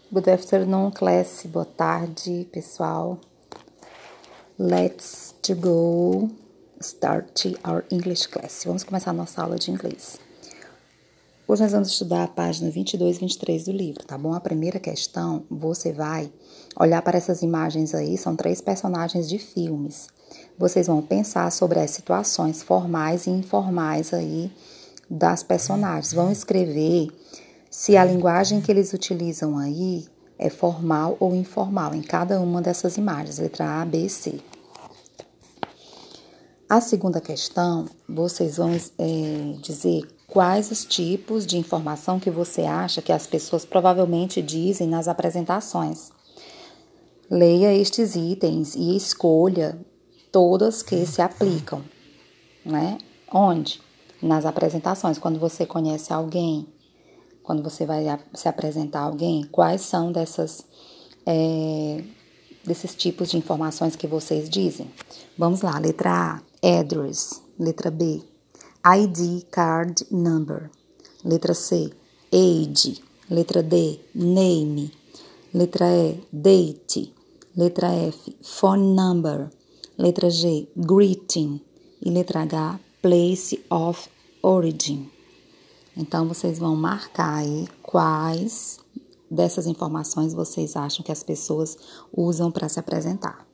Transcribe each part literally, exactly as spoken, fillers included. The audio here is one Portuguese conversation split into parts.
Good afternoon, class. Boa tarde, pessoal. Let's to go start our English class. Vamos começar a nossa aula de inglês. Hoje nós vamos estudar a página vinte e dois e vinte e três do livro, tá bom? A primeira questão, você vai olhar para essas imagens aí, são três personagens de filmes. Vocês vão pensar sobre as situações formais e informais aí das personagens. Vão escrever se a linguagem que eles utilizam aí é formal ou informal em cada uma dessas imagens, letra A, B e C. A segunda questão, vocês vão é, dizer quais os tipos de informação que você acha que as pessoas provavelmente dizem nas apresentações. Leia estes itens e escolha todas que se aplicam, né? Onde? Nas apresentações, quando você conhece alguém, quando você vai se apresentar a alguém, quais são dessas, é, desses tipos de informações que vocês dizem? Vamos lá, letra A, address. Letra B, I D card number. Letra C, age. Letra D, name. Letra E, date. Letra F, phone number. Letra G, greeting. E letra H, place of origin. Então, vocês vão marcar aí quais dessas informações vocês acham que as pessoas usam para se apresentar.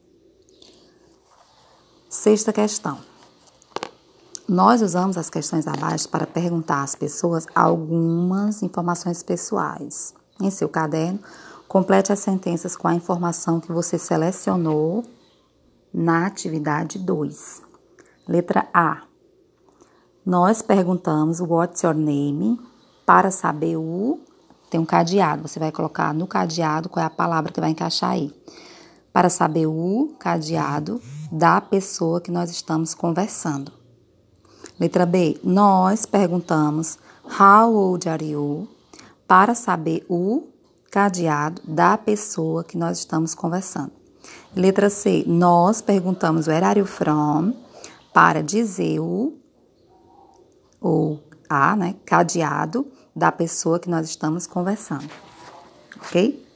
Sexta questão. Nós usamos as questões abaixo para perguntar às pessoas algumas informações pessoais. Em seu caderno, complete as sentenças com a informação que você selecionou na atividade dois. Letra A. Nós perguntamos what's your name para saber o... Tem um cadeado, você vai colocar no cadeado qual é a palavra que vai encaixar aí. Para saber o cadeado da pessoa que nós estamos conversando. Letra B. Nós perguntamos how old are you para saber o cadeado da pessoa que nós estamos conversando. Letra C. Nós perguntamos where are you from para dizer o ou A, né, cadeado da pessoa que nós estamos conversando, ok?